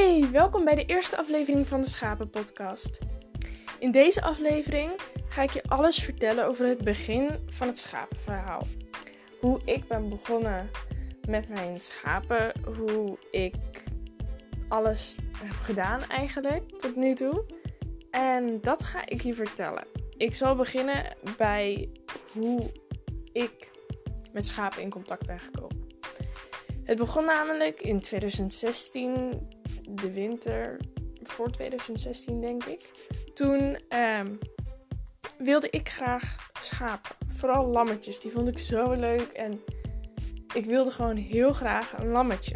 Hey, welkom bij de eerste aflevering van de Schapenpodcast. In deze aflevering ga ik je alles vertellen over het begin van het schapenverhaal. Hoe ik ben begonnen met mijn schapen, hoe ik alles heb gedaan eigenlijk tot nu toe. En dat ga ik je vertellen. Ik zal beginnen bij hoe ik met schapen in contact ben gekomen. Het begon namelijk in 2016, de winter voor 2016 denk ik. Toen wilde ik graag schapen. Vooral lammetjes, die vond ik zo leuk en ik wilde gewoon heel graag een lammetje.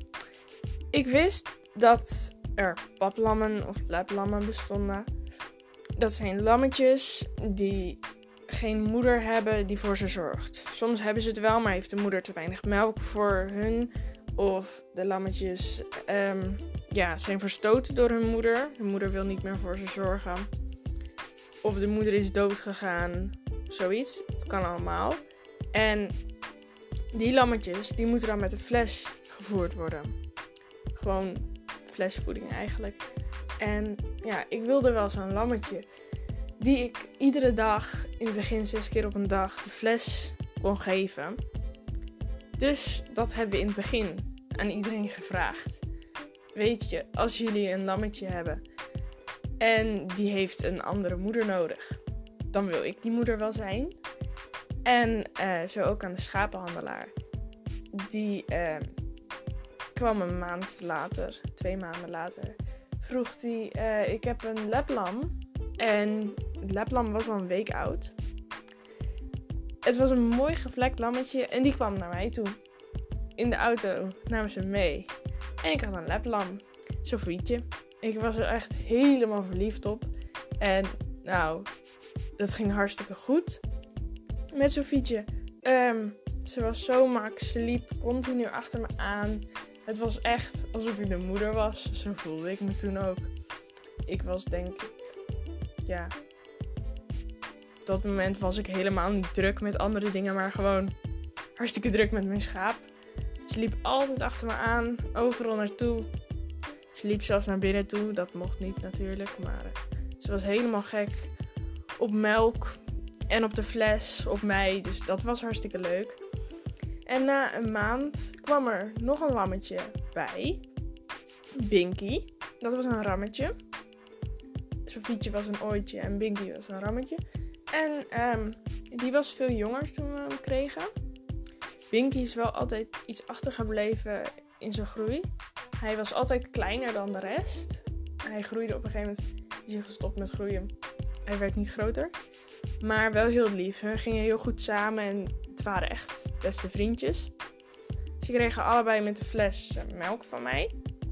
Ik wist dat er paplammen of laplammen bestonden. Dat zijn lammetjes die geen moeder hebben die voor ze zorgt. Soms hebben ze het wel, maar heeft de moeder te weinig melk voor hun. Of de lammetjes zijn verstoten door hun moeder. De moeder wil niet meer voor ze zorgen. Of de moeder is dood gegaan. Zoiets. Het kan allemaal. En die lammetjes, die moeten dan met een fles gevoerd worden. Gewoon flesvoeding eigenlijk. En ja, ik wilde wel zo'n lammetje die ik iedere dag, in het begin 6 keer op een dag, de fles kon geven. Dus dat hebben we in het begin aan iedereen gevraagd. Weet je, als jullie een lammetje hebben en die heeft een andere moeder nodig, dan wil ik die moeder wel zijn. En zo ook aan de schapenhandelaar. Die kwam een maand later, 2 maanden later, vroeg die, ik heb een laplam. En het laplam was al een week oud. Het was een mooi gevlekt lammetje en die kwam naar mij toe. In de auto namen ze mee. En ik had een laplam, Sofietje. Ik was er echt helemaal verliefd op. En nou, dat ging hartstikke goed met Sofietje. Ze was zo max, ze liep continu achter me aan. Het was echt alsof ik de moeder was. Zo voelde ik me toen ook. Ik was denk ik, op dat moment was ik helemaal niet druk met andere dingen, maar gewoon hartstikke druk met mijn schaap. Ze liep altijd achter me aan, overal naartoe. Ze liep zelfs naar binnen toe, dat mocht niet natuurlijk, maar ze was helemaal gek op melk en op de fles, op mij, dus dat was hartstikke leuk. En na een maand kwam er nog een lammetje bij, Binky, dat was een rammetje. Sofietje was een ooitje en Binky was een rammetje. En die was veel jonger toen we hem kregen. Binky is wel altijd iets achtergebleven in zijn groei. Hij was altijd kleiner dan de rest. Hij groeide op een gegeven moment, is hij gestopt met groeien. Hij werd niet groter, maar wel heel lief. We gingen heel goed samen en het waren echt beste vriendjes. Ze kregen allebei met de fles melk van mij.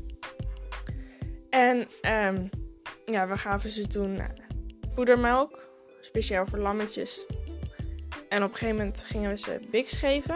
En we gaven ze toen poedermelk, speciaal voor lammetjes. En op een gegeven moment gingen we ze Bix geven.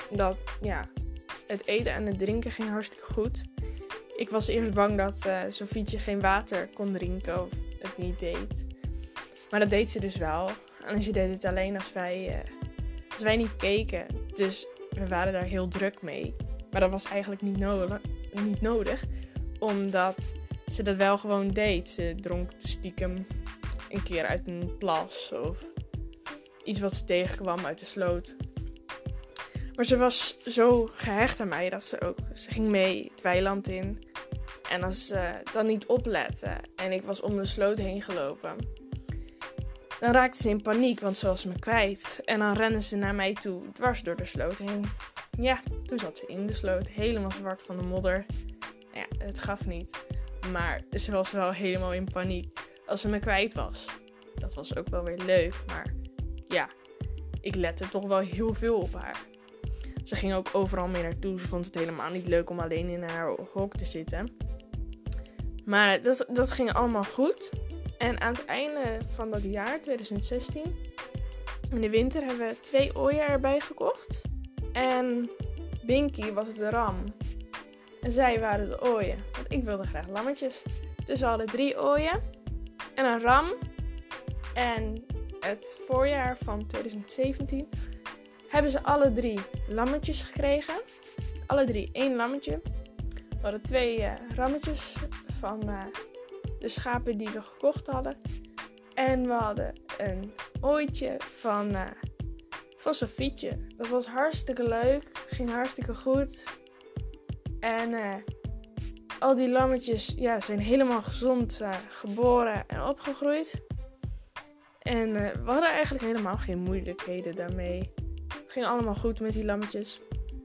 Het eten en het drinken ging hartstikke goed. Ik was eerst bang dat Sofietje geen water kon drinken of het niet deed. Maar dat deed ze dus wel. En ze deed het alleen als wij niet keken. Dus we waren daar heel druk mee. Maar dat was eigenlijk niet nodig. Omdat ze dat wel gewoon deed. Ze dronk stiekem een keer uit een plas of iets wat ze tegenkwam uit de sloot. Maar ze was zo gehecht aan mij dat ze ging mee het weiland in. En als ze dan niet oplette en ik was om de sloot heen gelopen, dan raakte ze in paniek, want ze was me kwijt. En dan rende ze naar mij toe, dwars door de sloot heen. Ja, toen zat ze in de sloot, helemaal zwart van de modder. Ja, het gaf niet. Maar ze was wel helemaal in paniek als ze me kwijt was. Dat was ook wel weer leuk, maar ja, ik lette toch wel heel veel op haar. Ze ging ook overal mee naartoe. Ze vond het helemaal niet leuk om alleen in haar hok te zitten. Maar dat ging allemaal goed. En aan het einde van dat jaar, 2016, in de winter, hebben we 2 ooien erbij gekocht. En Binky was de ram. En zij waren de ooien. Want ik wilde graag lammetjes. Dus we hadden 3 ooien en een ram. En het voorjaar van 2017 hebben ze alle 3 lammetjes gekregen. Alle 3 1 lammetje. hadden 2 rammetjes van de schapen die we gekocht hadden. En we hadden een ooitje van Sofietje. Dat was hartstikke leuk. Ging hartstikke goed. En al die lammetjes zijn helemaal gezond geboren en opgegroeid. En we hadden eigenlijk helemaal geen moeilijkheden daarmee. Het ging allemaal goed met die lammetjes.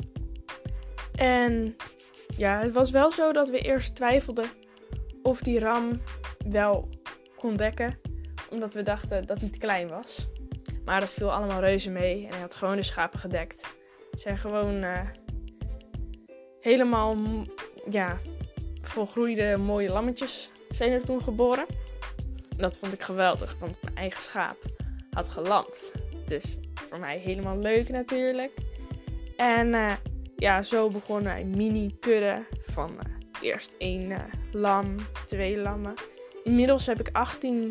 En het was wel zo dat we eerst twijfelden of die ram wel kon dekken. Omdat we dachten dat hij te klein was. Maar dat viel allemaal reuze mee. En hij had gewoon de schapen gedekt. Ze zijn gewoon helemaal volgroeide mooie lammetjes zijn er toen geboren. En dat vond ik geweldig, want mijn eigen schaap had gelamd. Dus voor mij helemaal leuk natuurlijk. En zo begonnen een mini-kudde van eerst 1 lam, 2 lammen. Inmiddels heb ik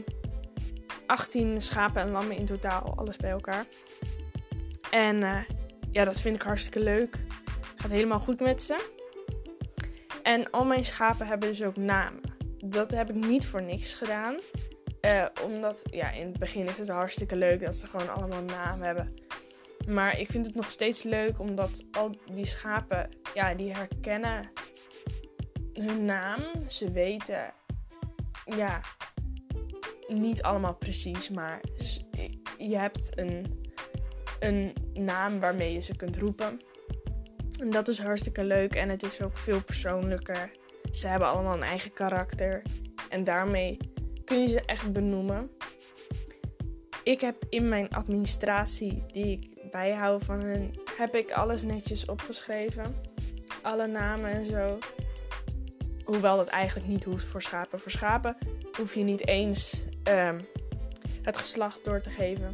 18 schapen en lammen in totaal, alles bij elkaar. En dat vind ik hartstikke leuk. Gaat helemaal goed met ze. En al mijn schapen hebben dus ook namen. Dat heb ik niet voor niks gedaan. Omdat in het begin is het hartstikke leuk dat ze gewoon allemaal namen hebben. Maar ik vind het nog steeds leuk omdat al die schapen, die herkennen hun naam. Ze weten, niet allemaal precies, maar je hebt een naam waarmee je ze kunt roepen. En dat is hartstikke leuk en het is ook veel persoonlijker. Ze hebben allemaal een eigen karakter en daarmee kun je ze echt benoemen. Ik heb in mijn administratie die ik bijhoud van hun, heb ik alles netjes opgeschreven. Alle namen en zo. Hoewel dat eigenlijk niet hoeft voor schapen. Voor schapen hoef je niet eens het geslacht door te geven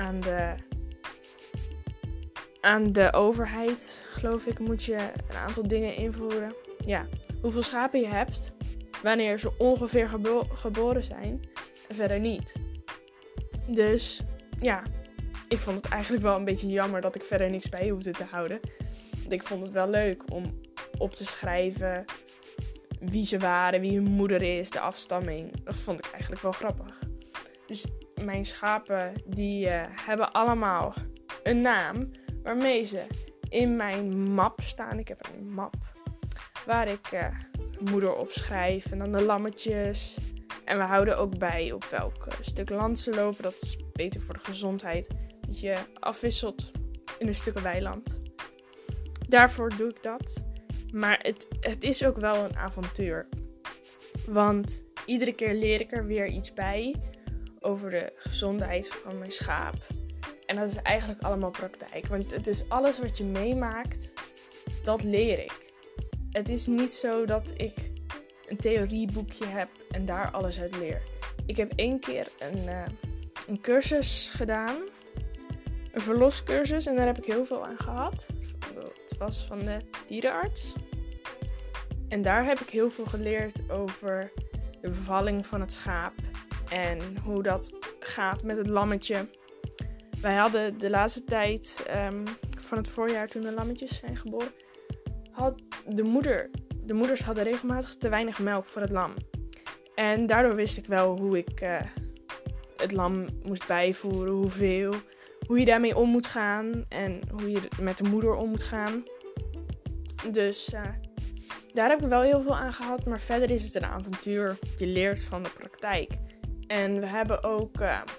aan de overheid. Geloof ik moet je een aantal dingen invoeren. Ja, hoeveel schapen je hebt, wanneer ze ongeveer geboren zijn en verder niet. Dus ik vond het eigenlijk wel een beetje jammer dat ik verder niks bij hoefde te houden. Want ik vond het wel leuk om op te schrijven wie ze waren, wie hun moeder is, de afstamming. Dat vond ik eigenlijk wel grappig. Dus mijn schapen die hebben allemaal een naam waarmee ze in mijn map staan. Ik heb een map waar ik moeder op schrijf en dan de lammetjes. En we houden ook bij op welk stuk land ze lopen. Dat is beter voor de gezondheid. Dat je afwisselt in een stukken weiland. Daarvoor doe ik dat. Maar het is ook wel een avontuur. Want iedere keer leer ik er weer iets bij over de gezondheid van mijn schaap. En dat is eigenlijk allemaal praktijk. Want het is alles wat je meemaakt, dat leer ik. Het is niet zo dat ik een theorieboekje heb en daar alles uit leer. Ik heb 1 keer een cursus gedaan. Een verloscursus. En daar heb ik heel veel aan gehad. Dat was van de dierenarts. En daar heb ik heel veel geleerd over de bevalling van het schaap. En hoe dat gaat met het lammetje. Wij hadden de laatste tijd van het voorjaar, toen de lammetjes zijn geboren, had de moeders hadden regelmatig te weinig melk voor het lam. En daardoor wist ik wel hoe ik het lam moest bijvoeren, hoeveel, hoe je daarmee om moet gaan en hoe je met de moeder om moet gaan. Dus daar heb ik wel heel veel aan gehad, maar verder is het een avontuur. Je leert van de praktijk. En we hebben ook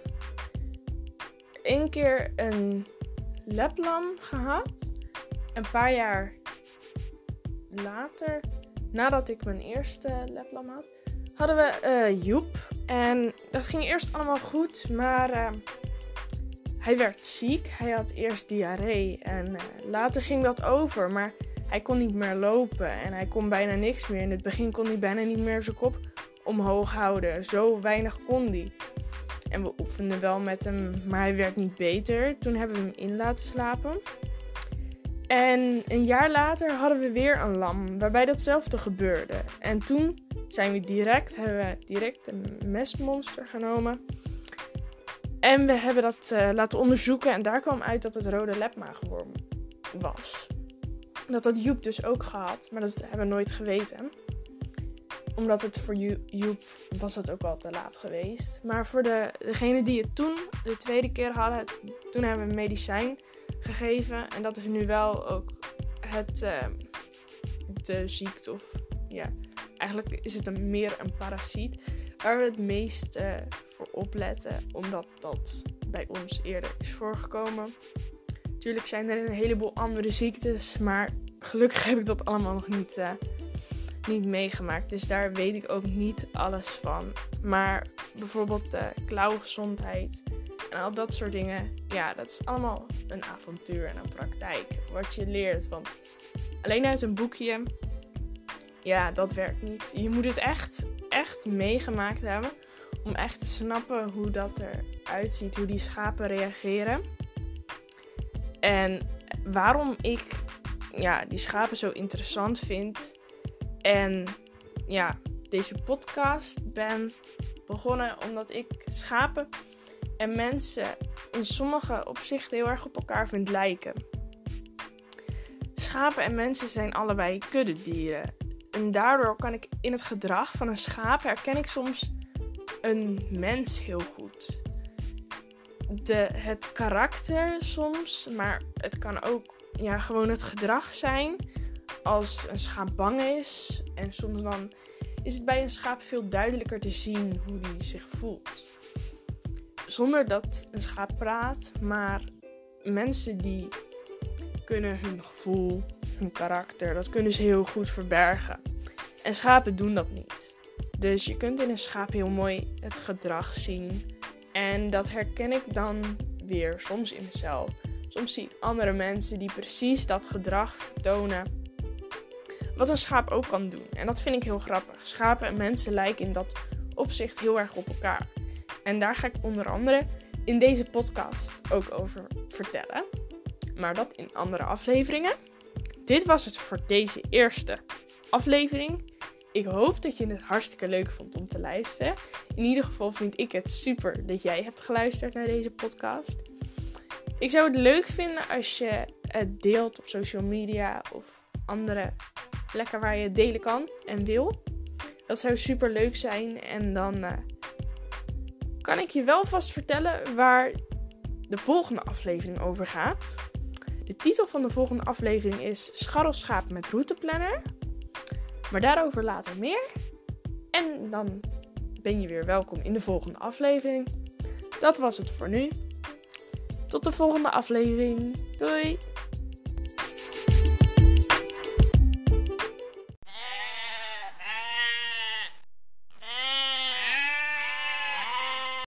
1 keer een leplam gehad. Een paar jaar later, nadat ik mijn eerste leplam had, hadden we Joep. En dat ging eerst allemaal goed, maar hij werd ziek. Hij had eerst diarree en later ging dat over. Maar hij kon niet meer lopen en hij kon bijna niks meer. In het begin kon hij bijna niet meer zijn kop omhoog houden. Zo weinig kon hij. En we oefenden wel met hem, maar hij werd niet beter. Toen hebben we hem in laten slapen. En een jaar later hadden we weer een lam, waarbij datzelfde gebeurde. En toen hebben we direct een mestmonster genomen. En we hebben dat laten onderzoeken en daar kwam uit dat het rode lepmaagworm was. Dat had Joep dus ook gehad, maar dat hebben we nooit geweten. Omdat het voor Joep was het ook al te laat geweest. Maar voor degene die het toen de tweede keer hadden, toen hebben we een medicijn gegeven. En dat is nu wel ook de ziekte, of ja, eigenlijk is het meer een parasiet. Waar we het meest voor opletten, omdat dat bij ons eerder is voorgekomen. Natuurlijk zijn er een heleboel andere ziektes, maar gelukkig heb ik dat allemaal nog niet meegemaakt. Dus daar weet ik ook niet alles van. Maar bijvoorbeeld de klauwgezondheid en al dat soort dingen. Ja, dat is allemaal een avontuur en een praktijk. Wat je leert. Want alleen uit een boekje, ja, dat werkt niet. Je moet het echt meegemaakt hebben. Om echt te snappen hoe dat eruit ziet. Hoe die schapen reageren. En waarom ik die schapen zo interessant vind. En ja, deze podcast ben begonnen omdat ik schapen en mensen in sommige opzichten heel erg op elkaar vind lijken. Schapen en mensen zijn allebei kuddedieren. En daardoor kan ik in het gedrag van een schaap herken ik soms een mens heel goed. Het karakter soms, maar het kan ook gewoon het gedrag zijn. Als een schaap bang is. En soms dan is het bij een schaap veel duidelijker te zien hoe die zich voelt. Zonder dat een schaap praat, maar mensen die kunnen hun gevoel, hun karakter, dat kunnen ze heel goed verbergen. En schapen doen dat niet. Dus je kunt in een schaap heel mooi het gedrag zien. En dat herken ik dan weer soms in mezelf. Soms zie ik andere mensen die precies dat gedrag vertonen. Wat een schaap ook kan doen. En dat vind ik heel grappig. Schapen en mensen lijken in dat opzicht heel erg op elkaar. En daar ga ik onder andere in deze podcast ook over vertellen. Maar dat in andere afleveringen. Dit was het voor deze eerste aflevering. Ik hoop dat je het hartstikke leuk vond om te luisteren. In ieder geval vind ik het super dat jij hebt geluisterd naar deze podcast. Ik zou het leuk vinden als je het deelt op social media of andere plekken waar je het delen kan en wil. Dat zou super leuk zijn. En dan kan ik je wel vast vertellen waar de volgende aflevering over gaat. De titel van de volgende aflevering is Scharrelschaap met routeplanner. Maar daarover later meer. En dan ben je weer welkom in de volgende aflevering. Dat was het voor nu. Tot de volgende aflevering. Doei!